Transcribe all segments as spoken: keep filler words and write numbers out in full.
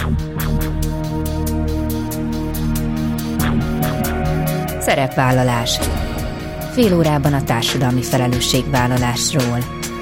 Szerepvállalás. Fél órában a társadalmi felelősségvállalásról.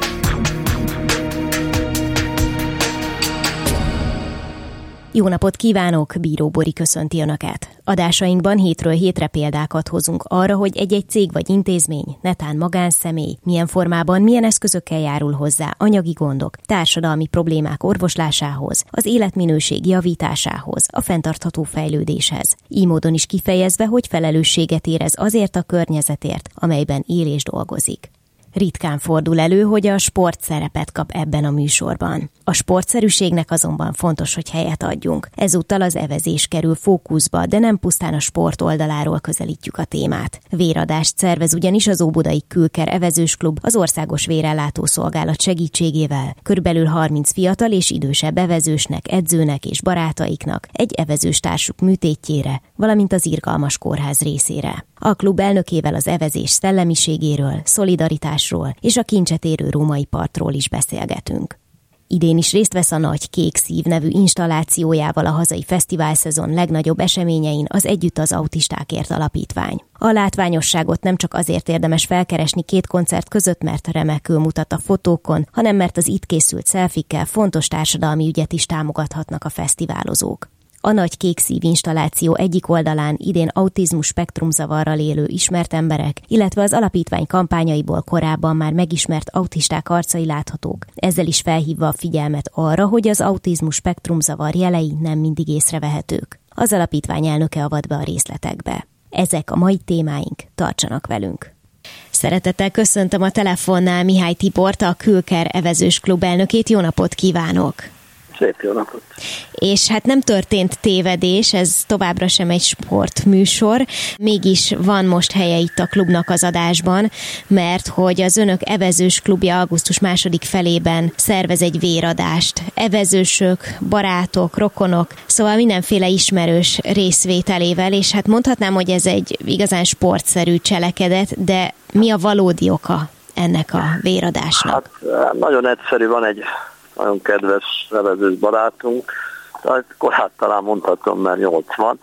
Jó napot kívánok, Bíró Bori köszönti Önöket. Adásainkban hétről hétre példákat hozunk arra, hogy egy-egy cég vagy intézmény, netán magánszemély, milyen formában, milyen eszközökkel járul hozzá anyagi gondok, társadalmi problémák orvoslásához, az életminőség javításához, a fenntartható fejlődéshez. Így módon is kifejezve, hogy felelősséget érez azért a környezetért, amelyben él és dolgozik. Ritkán fordul elő, hogy a sport szerepet kap ebben a műsorban. A sportszerűségnek azonban fontos, hogy helyet adjunk. Ezúttal az evezés kerül fókuszba, de nem pusztán a sport oldaláról közelítjük a témát. Véradást szervez ugyanis az Óbudai Külker Evezős Klub az Országos Vérellátó Szolgálat segítségével. Körülbelül harminc fiatal és idősebb evezősnek, edzőnek és barátaiknak egy evezős társuk műtétjére, valamint az Irgalmas Kórház részére. A klub elnökével az evezés szellemiségéről, szolidaritásról és a kincset érő római partról is beszélgetünk. Idén is részt vesz a Nagy Kék Szív nevű installációjával a hazai fesztiválszezon legnagyobb eseményein az Együtt az Autistákért Alapítvány. A látványosságot nem csak azért érdemes felkeresni két koncert között, mert remekül mutat a fotókon, hanem mert az itt készült szelfikkel fontos társadalmi ügyet is támogathatnak a fesztiválozók. A Nagy Kék Szív installáció egyik oldalán idén autizmus spektrumzavarral élő ismert emberek, illetve az alapítvány kampányaiból korábban már megismert autisták arcai láthatók, ezzel is felhívva a figyelmet arra, hogy az autizmus spektrumzavar jelei nem mindig észrevehetők. Az alapítvány elnöke avat be a részletekbe. Ezek a mai témáink, tartsanak velünk! Szeretettel köszöntöm a telefonnál Mihály Tibort, a Külker Evezős Klub elnökét. Jó napot kívánok! Szép jó napot! És hát nem történt tévedés, ez továbbra sem egy sportműsor, mégis van most helye itt a klubnak az adásban, mert hogy az Önök Evezős Klubja augusztus második felében szervez egy véradást. Evezősök, barátok, rokonok, szóval mindenféle ismerős részvételével, és hát mondhatnám, hogy ez egy igazán sportszerű cselekedet, de mi a valódi oka ennek a véradásnak? Hát nagyon egyszerű, van egy nagyon kedves evezős barátunk, korát talán mondhatom, mert nyolcvan,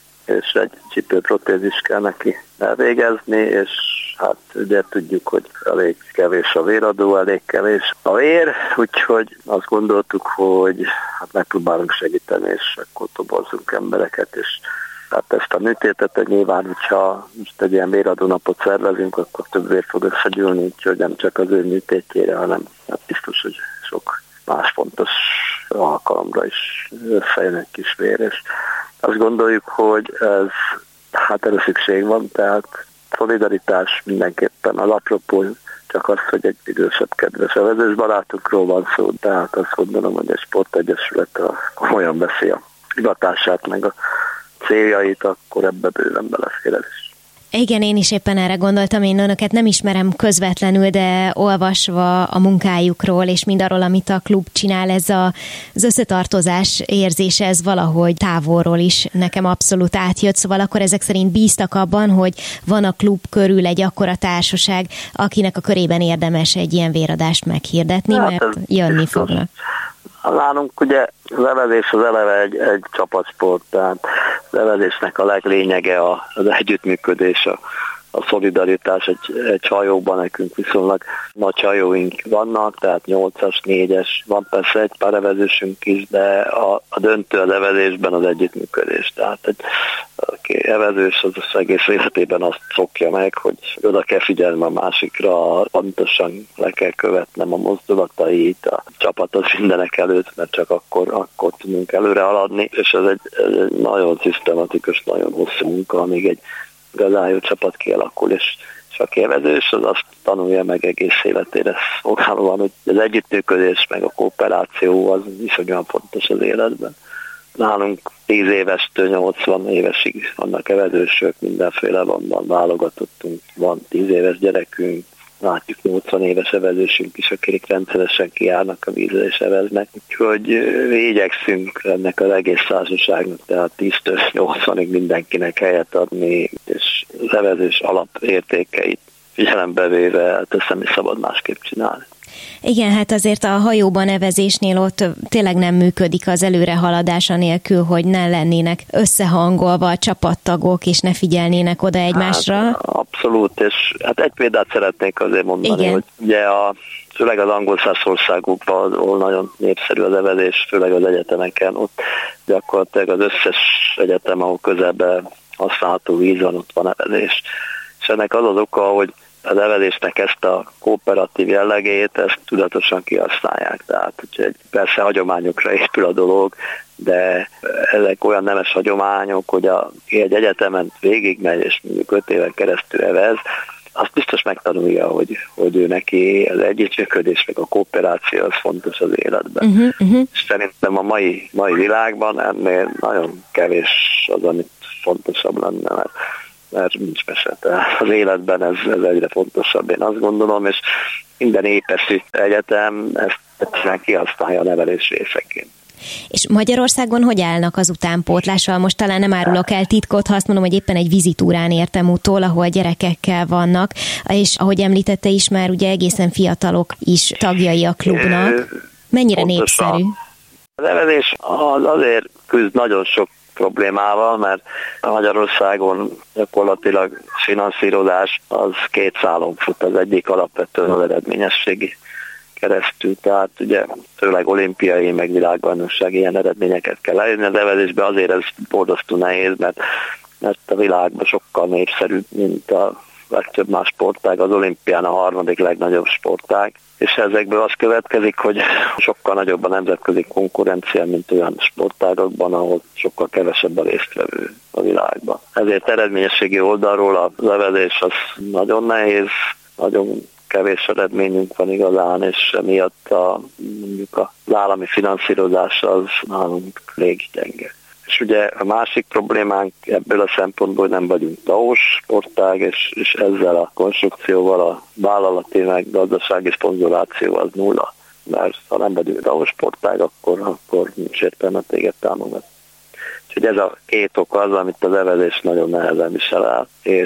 és egy csipőprotézis kell neki elvégezni, és hát ugye tudjuk, hogy elég kevés a véradó, elég kevés a vér, úgyhogy azt gondoltuk, hogy hát megpróbálunk segíteni, és akkor toborzunk embereket, és hát ezt a műtétet nyilván, hogyha most egy ilyen véradó napot szervezünk, akkor több vér fog összegyűlni, úgyhogy nem csak az ő műtétjére, hanem hát biztos, hogy sok más fontos alkalomra is összejön egy kis vér, és azt gondoljuk, hogy ez, hát erre szükség van, tehát szolidaritás mindenképpen az apropó, csak az, hogy egy idősebb kedves evezős barátunkról van szó, tehát azt gondolom, hogy egy sportegyesület olyan veszi a hivatását, meg a céljait, akkor ebbe bőven belefér ez is. Igen, én is éppen erre gondoltam, én Önöket nem ismerem közvetlenül, de olvasva a munkájukról, és mindarról, amit a klub csinál, ez a, az összetartozás érzése, ez valahogy távolról is nekem abszolút átjött, szóval akkor ezek szerint bíztak abban, hogy van a klub körül egy akkora társaság, akinek a körében érdemes egy ilyen véradást meghirdetni, hát mert jönni biztos. Fognak. Nálunk ugye az evezés az eleve egy, egy csapatsport, tehát az evezésnek a leglényege az együttműködés, a, a szolidaritás. Egy, egy hajóban nekünk viszonylag nagy hajóink vannak, tehát nyolcas, négyes, van persze egy pár evezősünk is, de a, a döntő az evezésben az együttműködés. Tehát egy aki evezős, az az egész életében azt szokja meg, hogy oda kell figyelni a másikra, pontosan le kell követnem a mozdulatait, a csapatot mindenek előtt, mert csak akkor, akkor tudunk előre haladni, és ez egy, ez egy nagyon szisztematikus, nagyon hosszú munka, amíg egy igazán jó csapat kialakul, és, és aki evezős, az azt tanulja meg egész életére. Szolgálóan, hogy az együttműködés meg a kooperáció az is olyan fontos az életben. Nálunk tíz évestől nyolcvan évesig vannak evezősök, mindenféle van, van válogatottunk, van tíz éves gyerekünk, látjuk nyolcvan éves evezősünk is, akik rendszeresen kijárnak a vízre és eveznek. Úgyhogy igyekszünk ennek az egész társaságnak, tehát tíztől nyolcvanig mindenkinek helyet adni, és az evezés alapértékeit figyelembe véve, hát ezt nem is szabad másképp csinálni. Igen, hát azért a hajóban evezésnél ott tényleg nem működik az előrehaladása nélkül, hogy ne lennének összehangolva a csapattagok, és ne figyelnének oda egymásra. Hát, abszolút, és hát egy példát szeretnék azért mondani, igen. Hogy ugye a főleg az angolszász országokban, ahol nagyon népszerű az evezés, főleg az egyetemeken, ott gyakorlatilag az összes egyetem, ahol közelben használható víz van, ott van evezés. És ennek az az oka, hogy az evezésnek ezt a kooperatív jellegét, ezt tudatosan kihasználják. Tehát úgyhogy persze hagyományokra épül a dolog, de ezek olyan nemes hagyományok, hogy a, egy egyetemen végigmegy, és mondjuk öt éven keresztül evez, azt biztos megtanulja, hogy, hogy ő neki az együttműködés, meg a kooperáció az fontos az életben. Uh-huh, uh-huh. És szerintem a mai, mai világban ennél nagyon kevés az, amit fontosabb lenne, mert, mert nincs mese. Tehát az életben ez, ez egyre fontosabb, én azt gondolom, és minden épeszű egyetem ezt egyszerűen kihasználja a nevelés részeként. És Magyarországon hogy állnak az utánpótlással? Most talán nem árulok el titkot, ha azt mondom, hogy éppen egy vizitúrán értem utól, ahol gyerekekkel vannak, és ahogy említette is, már ugye egészen fiatalok is tagjai a klubnak. Mennyire pontosan népszerű? Az evezés az azért küzd nagyon sok problémával, mert Magyarországon gyakorlatilag finanszírozás az két szálon fut, az egyik alapvetően az eredményességi keresztül, tehát ugye főleg olimpiai, meg világbajnokság ilyen eredményeket kell elérni. Az evezésben azért ez borzasztó nehéz, mert, mert a világban sokkal népszerűbb, mint a legtöbb más sportág, az olimpián a harmadik legnagyobb sportág, és ezekből az következik, hogy sokkal nagyobb a nemzetközi konkurencia, mint olyan sportágokban, ahol sokkal kevesebb a résztvevő a világban. Ezért eredményességi oldalról az evezés az nagyon nehéz, nagyon kevés eredményünk van igazán, és emiatt a, mondjuk az állami finanszírozás az nálunk elég gyenge. És ugye a másik problémánk ebből a szempontból, hogy nem vagyunk té á o sportág, és, és ezzel a konstrukcióval a vállalati meg gazdasági szponzoráció az nulla. Mert ha nem vagyunk té á o sportág, akkor, akkor nincs értelme téged támogatni. Úgyhogy ez a két ok az, amit az evezés nagyon nehezen visel el, és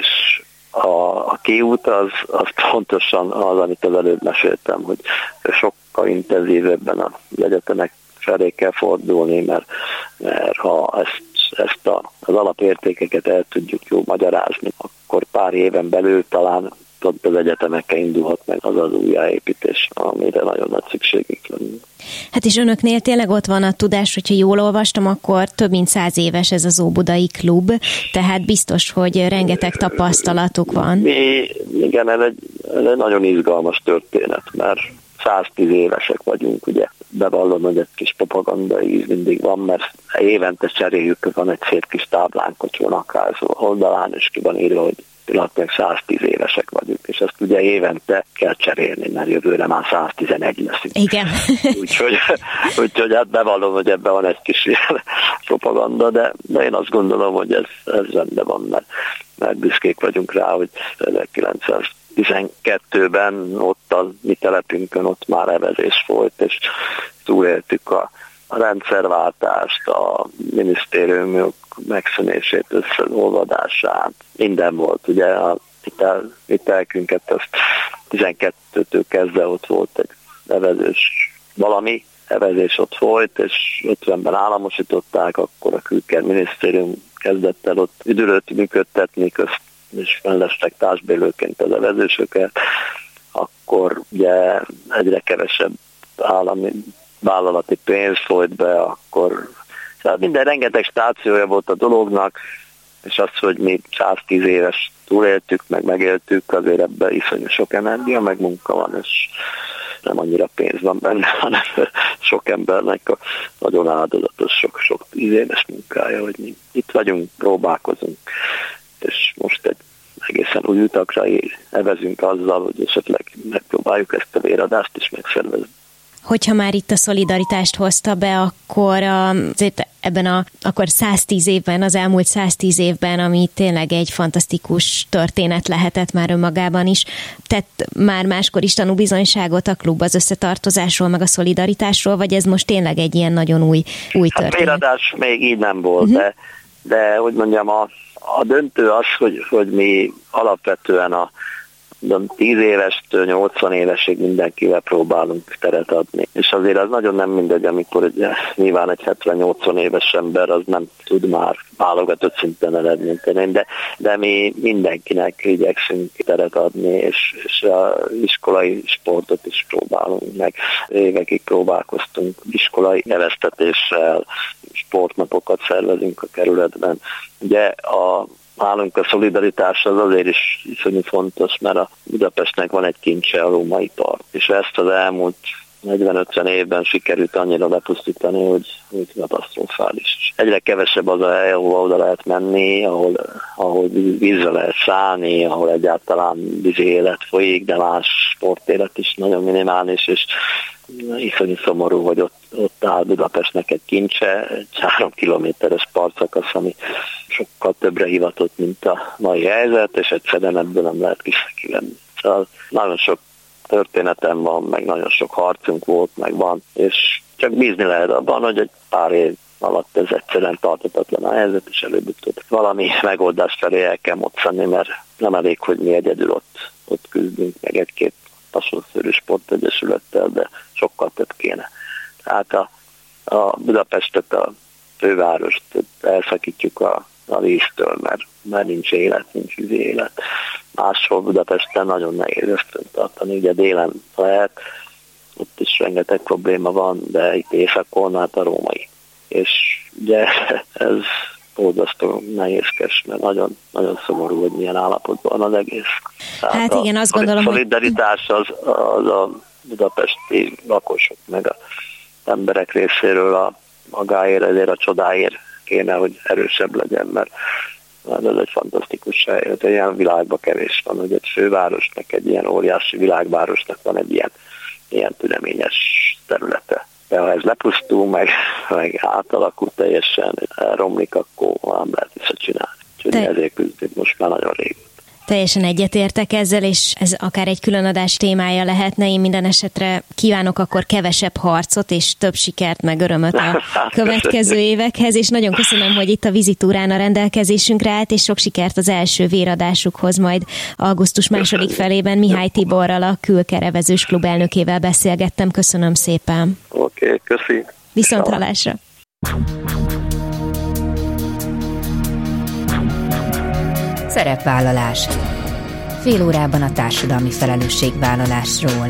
A, a kiút az, az pontosan az, amit az előbb meséltem, hogy sokkal intenzívebben az egyetemek felé kell fordulni, mert, mert ha ezt, ezt a, az alapértékeket el tudjuk jól magyarázni, akkor pár éven belül talán ott az egyetemekkel indulhat meg az az újjáépítés, amire nagyon nagy szükségük lenne. Hát és önöknél tényleg ott van a tudás, hogyha jól olvastam, akkor több mint száz éves ez az Óbudai Klub, tehát biztos, hogy rengeteg tapasztalatuk van. Mi, igen, ez egy, ez egy nagyon izgalmas történet, mert száztíz évesek vagyunk, ugye bevallom, hogy egy kis propagandai íz mindig van, mert évente cseréljük, van egy szép kis táblánk a csónakázó oldalán, és ki van írva, hogy pillanatnyilag száztíz évesek vagyunk, és ezt ugye évente kell cserélni, mert jövőre már száztizenegy leszünk. Igen. úgyhogy, úgyhogy hát bevallom, hogy ebben van egy kis ilyen propaganda, de, de én azt gondolom, hogy ez, ez rendben van, mert, mert büszkék vagyunk rá, hogy ezerkilencszáztizenkettőben ott a mi telepünkön ott már evezés folyt, és túléltük a a rendszerváltást, a minisztériumok megszűnését, összeolvadását, minden volt. Ugye a hitel, hitelkünket azt tizenkettőtől kezdve ott volt egy evezés, valami evezés ott volt, és ötvenben államosították, akkor a külker minisztérium kezdett el ott üdülőt működtetni, közt, és mellesleg társbélőként az evezősöket, akkor ugye egyre kevesebb állami vállalati pénz folyt be, akkor tehát minden rengeteg stációja volt a dolognak, és az, hogy mi száztíz éves túléltük, meg megéltük, azért ebben iszonyú sok energia, meg munka van, és nem annyira pénz van benne, hanem sok embernek a nagyon áldozatos, sok-sok tíz éves munkája, hogy mi itt vagyunk, próbálkozunk, és most egy egészen új utakra evezünk azzal, hogy esetleg megpróbáljuk ezt a véradást is megszervezni. Hogyha már itt a szolidaritást hozta be, akkor azért ebben a akkor száztíz évben, az elmúlt száztíz évben, ami tényleg egy fantasztikus történet lehetett már önmagában is, tett már máskor is tanúbizonyságot a klub az összetartozásról, meg a szolidaritásról, vagy ez most tényleg egy ilyen nagyon új, új történet? Hát véradás még így nem volt, uh-huh. de, de hogy mondjam, a, a döntő az, hogy, hogy mi alapvetően a tíz évestől nyolcvan évesig mindenkivel próbálunk teret adni. És azért az nagyon nem mindegy, amikor ugye, nyilván egy hetven-nyolcvan éves ember az nem tud már válogatott szinten eredményt tenni, de, de mi mindenkinek igyekszünk teret adni, és, és az iskolai sportot is próbálunk meg. Évekig próbálkoztunk iskolai neveztetéssel, sportnapokat szervezünk a kerületben. Ugye a nálunk a szolidaritás az azért is iszonyú fontos, mert a Budapestnek van egy kincse, a római part, és ezt az elmúlt negyven-ötven évben sikerült annyira lepusztítani, hogy, hogy katasztrofális. Egyre kevesebb az a hely, ahol oda lehet menni, ahol, ahol vízre lehet szállni, ahol egyáltalán vízi élet folyik, de más sportélet is nagyon minimális, és iszonyú szomorú, hogy ott, ott áll Budapestnek egy kincse, egy három kilométeres partszakasz, ami sokkal többre hivatott, mint a mai helyzet, és egyszerűen ebből nem lehet kivenni. Szóval nagyon sok történetem van, meg nagyon sok harcunk volt, meg van, és csak bízni lehet abban, hogy egy pár év alatt ez egyszerűen tartatatlan a helyzet, és előbb-utóbb valami megoldás felé el kell moccani, mert nem elég, hogy mi egyedül ott, ott küzdünk, meg egy-két Tasonszőrű Sportegyesülettel, de sokkal több kéne. Tehát a, a Budapestet, a fővárost elszakítjuk a, a víztől, mert, mert nincs élet, nincs vízi élet. Máshol Budapesten nagyon nehéz ezt tartani, ugye délen lehet, ott is rengeteg probléma van, de itt északon hát a római. És ugye ez borzasztó nehézkes, mert nagyon, nagyon szomorú, hogy milyen állapotban az egész. Tehát hát igen, azt a gondolom, szolidaritás az, az a budapesti lakosok, meg az emberek részéről a magáért, ezért a csodáért kéne, hogy erősebb legyen, mert ez egy fantasztikus hely, ez egy ilyen világban kevés van, hogy egy fővárosnak, egy ilyen óriási világvárosnak van egy ilyen, ilyen tüleményes területe. De ha ez lepusztul, meg, meg átalakul teljesen, elromlik, akkor nem lehet visszacsinálni. Úgyhogy Te... ezért küzdünk most már nagyon rég. Teljesen egyetértek ezzel, és ez akár egy különadás témája lehetne. Én minden esetre kívánok akkor kevesebb harcot, és több sikert, meg örömöt a következő évekhez, és nagyon köszönöm, hogy itt a vizitúrán a rendelkezésünkre állt, és sok sikert az első véradásukhoz majd augusztus második felében. Mihály Tiborral, a Külkerevezős Klub elnökével beszélgettem. Köszönöm szépen. Oké, okay, köszi. Viszont hallásra. Szerepvállalás. Fél órában a társadalmi felelősségvállalásról.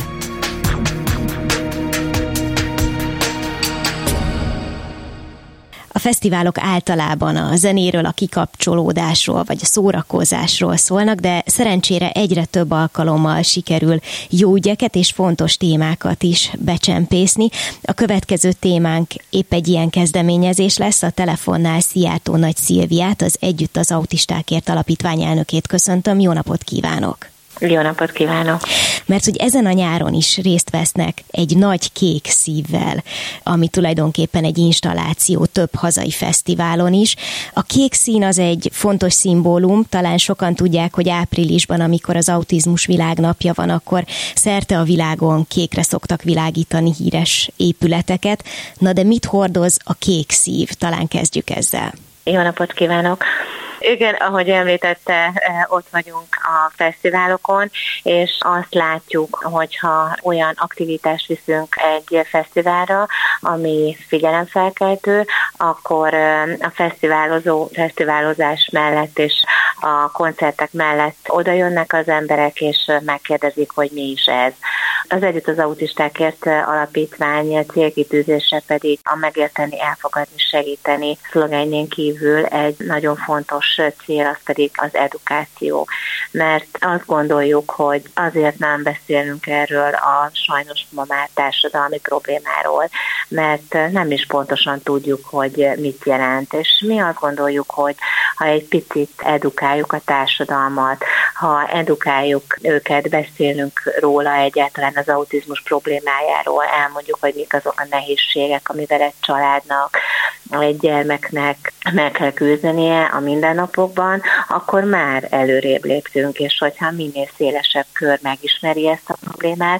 A fesztiválok általában a zenéről, a kikapcsolódásról vagy a szórakozásról szólnak, de szerencsére egyre több alkalommal sikerül jó ügyeket és fontos témákat is becsempészni. A következő témánk épp egy ilyen kezdeményezés lesz. A telefonnál Szijjártó Nagy Szilviát, az Együtt az Autistákért Alapítvány elnökét köszöntöm. Jó napot kívánok! Jó napot kívánok! Mert hogy ezen a nyáron is részt vesznek egy nagy kék szívvel, ami tulajdonképpen egy installáció több hazai fesztiválon is. A kék szín az egy fontos szimbólum, talán sokan tudják, hogy áprilisban, amikor az autizmus világnapja van, akkor szerte a világon kékre szoktak világítani híres épületeket. Na de mit hordoz a kék szív? Talán kezdjük ezzel. Jó napot kívánok! Igen, ahogy említette, ott vagyunk a fesztiválokon, és azt látjuk, hogyha olyan aktivitást viszünk egy fesztiválra, ami figyelemfelkeltő, akkor a fesztiválozó, fesztiválozás mellett és a koncertek mellett oda jönnek az emberek, és megkérdezik, hogy mi is ez. Az Együtt az Autistákért Alapítvány célkitűzése pedig a megérteni, elfogadni, segíteni szlogenjén kívül egy nagyon fontos cél, az pedig az edukáció. Mert azt gondoljuk, hogy azért nem beszélünk erről a sajnos ma már társadalmi problémáról, mert nem is pontosan tudjuk, hogy mit jelent. És mi azt gondoljuk, hogy ha egy picit edukáljuk a társadalmat, ha edukáljuk őket, beszélünk róla egyáltalán az autizmus problémájáról, elmondjuk, hogy mik azok a nehézségek, amivel egy családnak, egy gyermeknek meg kell küzdenie a mindennapokban, akkor már előrébb léptünk, és hogyha minél szélesebb kör megismeri ezt a problémát,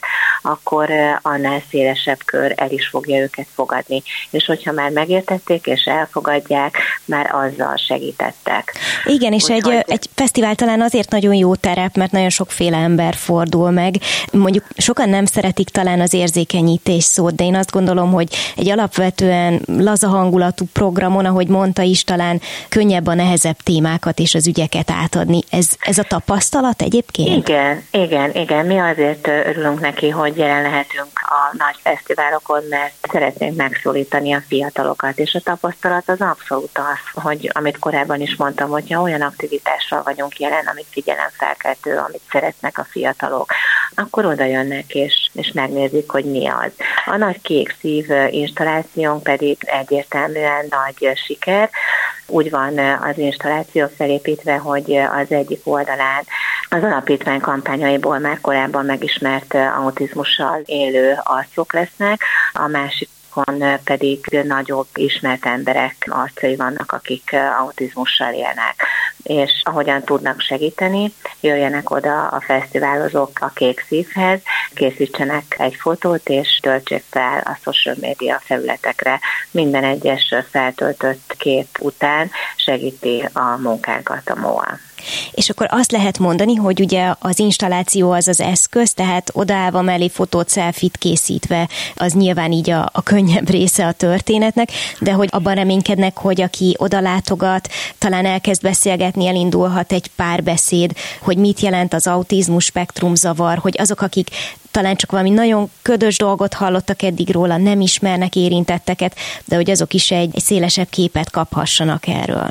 akkor annál szélesebb kör el is fogja őket fogadni. És hogyha már megértették és elfogadják, már azzal segítettek. Igen, és Úgyhogy... egy, egy fesztivál talán azért nagyon jó terep, mert nagyon sokféle ember fordul meg. Mondjuk sokan nem szeretik talán az érzékenyítés szót, de én azt gondolom, hogy egy alapvetően laza hangulatú programon, ahogy mondta is, talán könnyebb a nehezebb témákat és az ügyeket átadni. Ez, ez a tapasztalat egyébként? Igen, igen, igen. Mi azért örülünk neki, hogy jelen lehetünk a nagy fesztiválokon, mert szeretnénk megszólítani a fiatalokat, és a tapasztalat az abszolút az, hogy amit korábban is mondtam, hogyha olyan aktivitással vagyunk jelen, amit figyelemfelkeltő, amit szeretnek a fiatalok, akkor oda jönnek és, és megnézik, hogy mi az. A nagy Kék Szív installációnk pedig egyértelműen nagy siker. Úgy van az installáció felépítve, hogy az egyik oldalán az alapítvány kampányaiból már korábban megismert autizmussal élő arcok lesznek, a másik pedig nagyobb ismert emberek arcai vannak, akik autizmussal élnek. És ahogyan tudnak segíteni, jöjjenek oda a fesztiválozók a Kék Szívhez, készítsenek egy fotót, és töltsék fel a social media felületekre. Minden egyes feltöltött kép után segíti a munkánkat a em o á. És akkor azt lehet mondani, hogy ugye az installáció az az eszköz, tehát odaállva mellé fotót, selfit készítve, az nyilván így a, a könnyebb része a történetnek, de hogy abban reménykednek, hogy aki oda látogat, talán elkezd beszélgetni, elindulhat egy párbeszéd, hogy mit jelent az autizmus spektrum zavar, hogy azok, akik talán csak valami nagyon ködös dolgot hallottak eddig róla, nem ismernek érintetteket, de hogy azok is egy, egy szélesebb képet kaphassanak erről.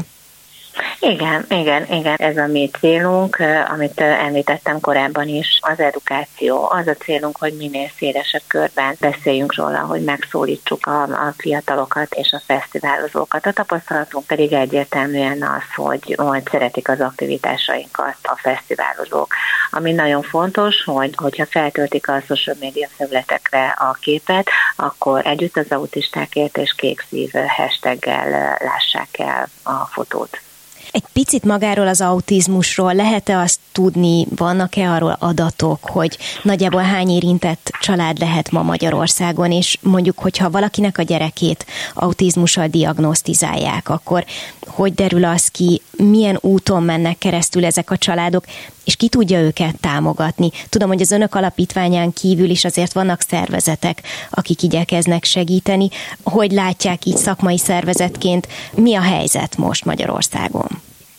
Igen, igen, igen, ez a mi célunk, amit említettem korábban is, az edukáció. Az a célunk, hogy minél szélesebb körben beszéljünk róla, hogy megszólítsuk a, a fiatalokat és a fesztiválozókat. A tapasztalatunk pedig egyértelműen az, hogy, hogy szeretik az aktivitásainkat a fesztiválozók. Ami nagyon fontos, hogy hogyha feltöltik a social media felületekre a képet, akkor együtt az autistákért és Kék Szív hashtaggel lássák el a fotót. Egy picit magáról az autizmusról lehet-e azt tudni, vannak-e arról adatok, hogy nagyjából hány érintett család lehet ma Magyarországon, és mondjuk, hogyha valakinek a gyerekét autizmussal diagnosztizálják, akkor hogy derül az ki, milyen úton mennek keresztül ezek a családok, és ki tudja őket támogatni? Tudom, hogy az önök alapítványán kívül is azért vannak szervezetek, akik igyekeznek segíteni. Hogy látják így szakmai szervezetként, mi a helyzet most Magyarországon?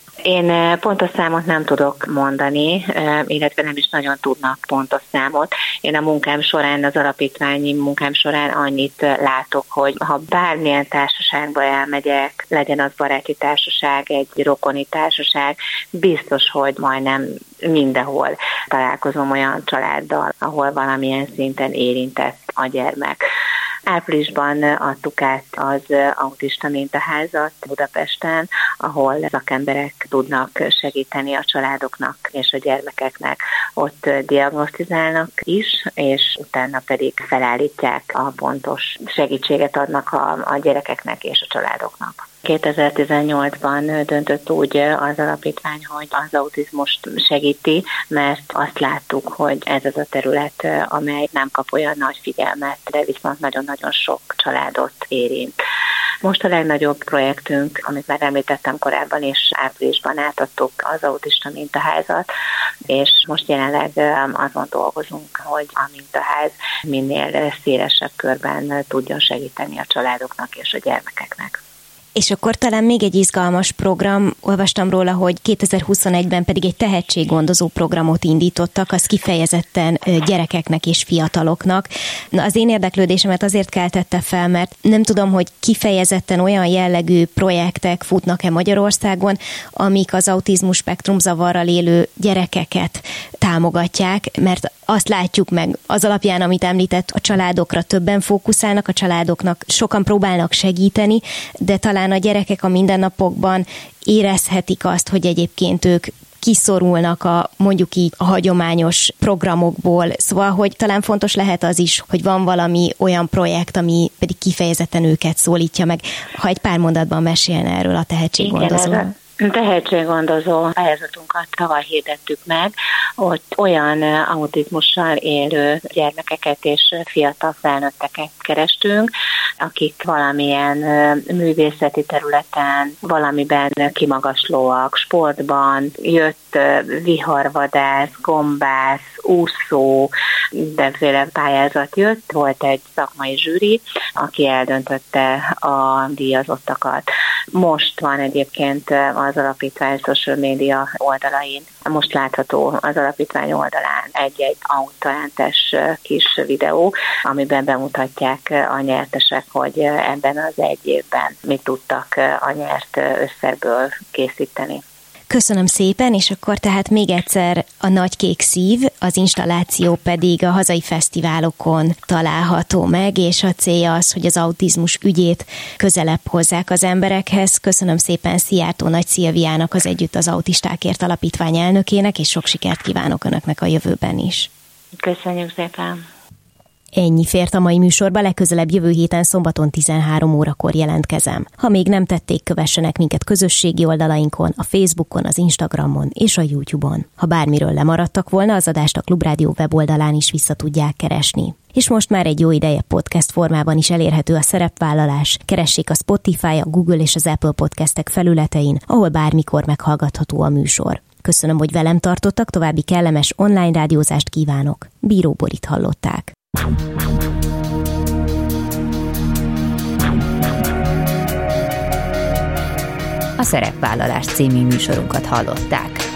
Én pontos számot nem tudok mondani, illetve nem is nagyon tudnak pontos számot. Én a munkám során, az alapítványi munkám során annyit látok, hogy ha bármilyen társaságba elmegyek, legyen az baráti társaság, egy rokoni társaság, biztos, hogy majdnem mindenhol találkozom olyan családdal, ahol valamilyen szinten érintett a gyermek. Áprilisban adtuk át az autista mintaházat Budapesten, ahol szakemberek tudnak segíteni a családoknak és a gyermekeknek. Ott diagnosztizálnak is, és utána pedig felállítják a pontos segítséget adnak a, a gyerekeknek és a családoknak. kétezer-tizennyolcban döntött úgy az alapítvány, hogy az autizmust segíti, mert azt láttuk, hogy ez az a terület, amely nem kap olyan nagy figyelmet, de viszont nagyon-nagyon sok családot érint. Most a legnagyobb projektünk, amit már említettem korábban, és áprilisban átadtuk az autista mintaházat, és most jelenleg azon dolgozunk, hogy a mintaház minél szélesebb körben tudjon segíteni a családoknak és a gyermekeknek. És akkor talán még egy izgalmas program, olvastam róla, hogy kétezer-huszonegyben pedig egy tehetséggondozó programot indítottak, az kifejezetten gyerekeknek és fiataloknak. Na, az én érdeklődésemet azért keltette fel, mert nem tudom, hogy kifejezetten olyan jellegű projektek futnak-e Magyarországon, amik az autizmus spektrum zavarral élő gyerekeket támogatják, mert azt látjuk meg az alapján, amit említett, a családokra többen fókuszálnak, a családoknak sokan próbálnak segíteni, de talán a gyerekek a mindennapokban érezhetik azt, hogy egyébként ők kiszorulnak a mondjuk így a hagyományos programokból. Szóval, hogy talán fontos lehet az is, hogy van valami olyan projekt, ami pedig kifejezetten őket szólítja meg. Ha egy pár mondatban mesélne erről a tehetséggondozóról. Tehetséggondozó pályázatunkat tavaly hirdettük meg, ott olyan autizmussal élő gyermekeket és fiatal felnőtteket kerestünk, akik valamilyen művészeti területen, valamiben kimagaslóak, sportban, jött viharvadász, gombász, úszó, mindenféle pályázat jött, volt egy szakmai zsűri, aki eldöntötte a díjazottakat. Most van egyébként az alapítvány social media oldalain, most látható az alapítvány oldalán egy-egy autóentes kis videó, amiben bemutatják a nyertesek, hogy ebben az egy évben mit tudtak a nyert összegből készíteni. Köszönöm szépen, és akkor tehát még egyszer a Nagy Kék Szív, az installáció pedig a hazai fesztiválokon található meg, és a célja az, hogy az autizmus ügyét közelebb hozzák az emberekhez. Köszönöm szépen Szijjártó Nagy Szilviának, az Együtt az Autistákért Alapítvány elnökének, és sok sikert kívánok Önöknek a jövőben is. Köszönjük szépen! Ennyi fért a mai műsorba, legközelebb jövő héten szombaton tizenhárom órakor jelentkezem. Ha még nem tették, kövessenek minket közösségi oldalainkon, a Facebookon, az Instagramon és a YouTube-on. Ha bármiről lemaradtak volna, az adást a Klubrádió weboldalán is vissza tudják keresni. És most már egy jó ideje podcast formában is elérhető a Szerepvállalás. Keressék a Spotify, a Google és az Apple podcastek felületein, ahol bármikor meghallgatható a műsor. Köszönöm, hogy velem tartottak, további kellemes online rádiózást kívánok. Bíró Borit hallották. A Szerepvállalás című műsorunkat hallották.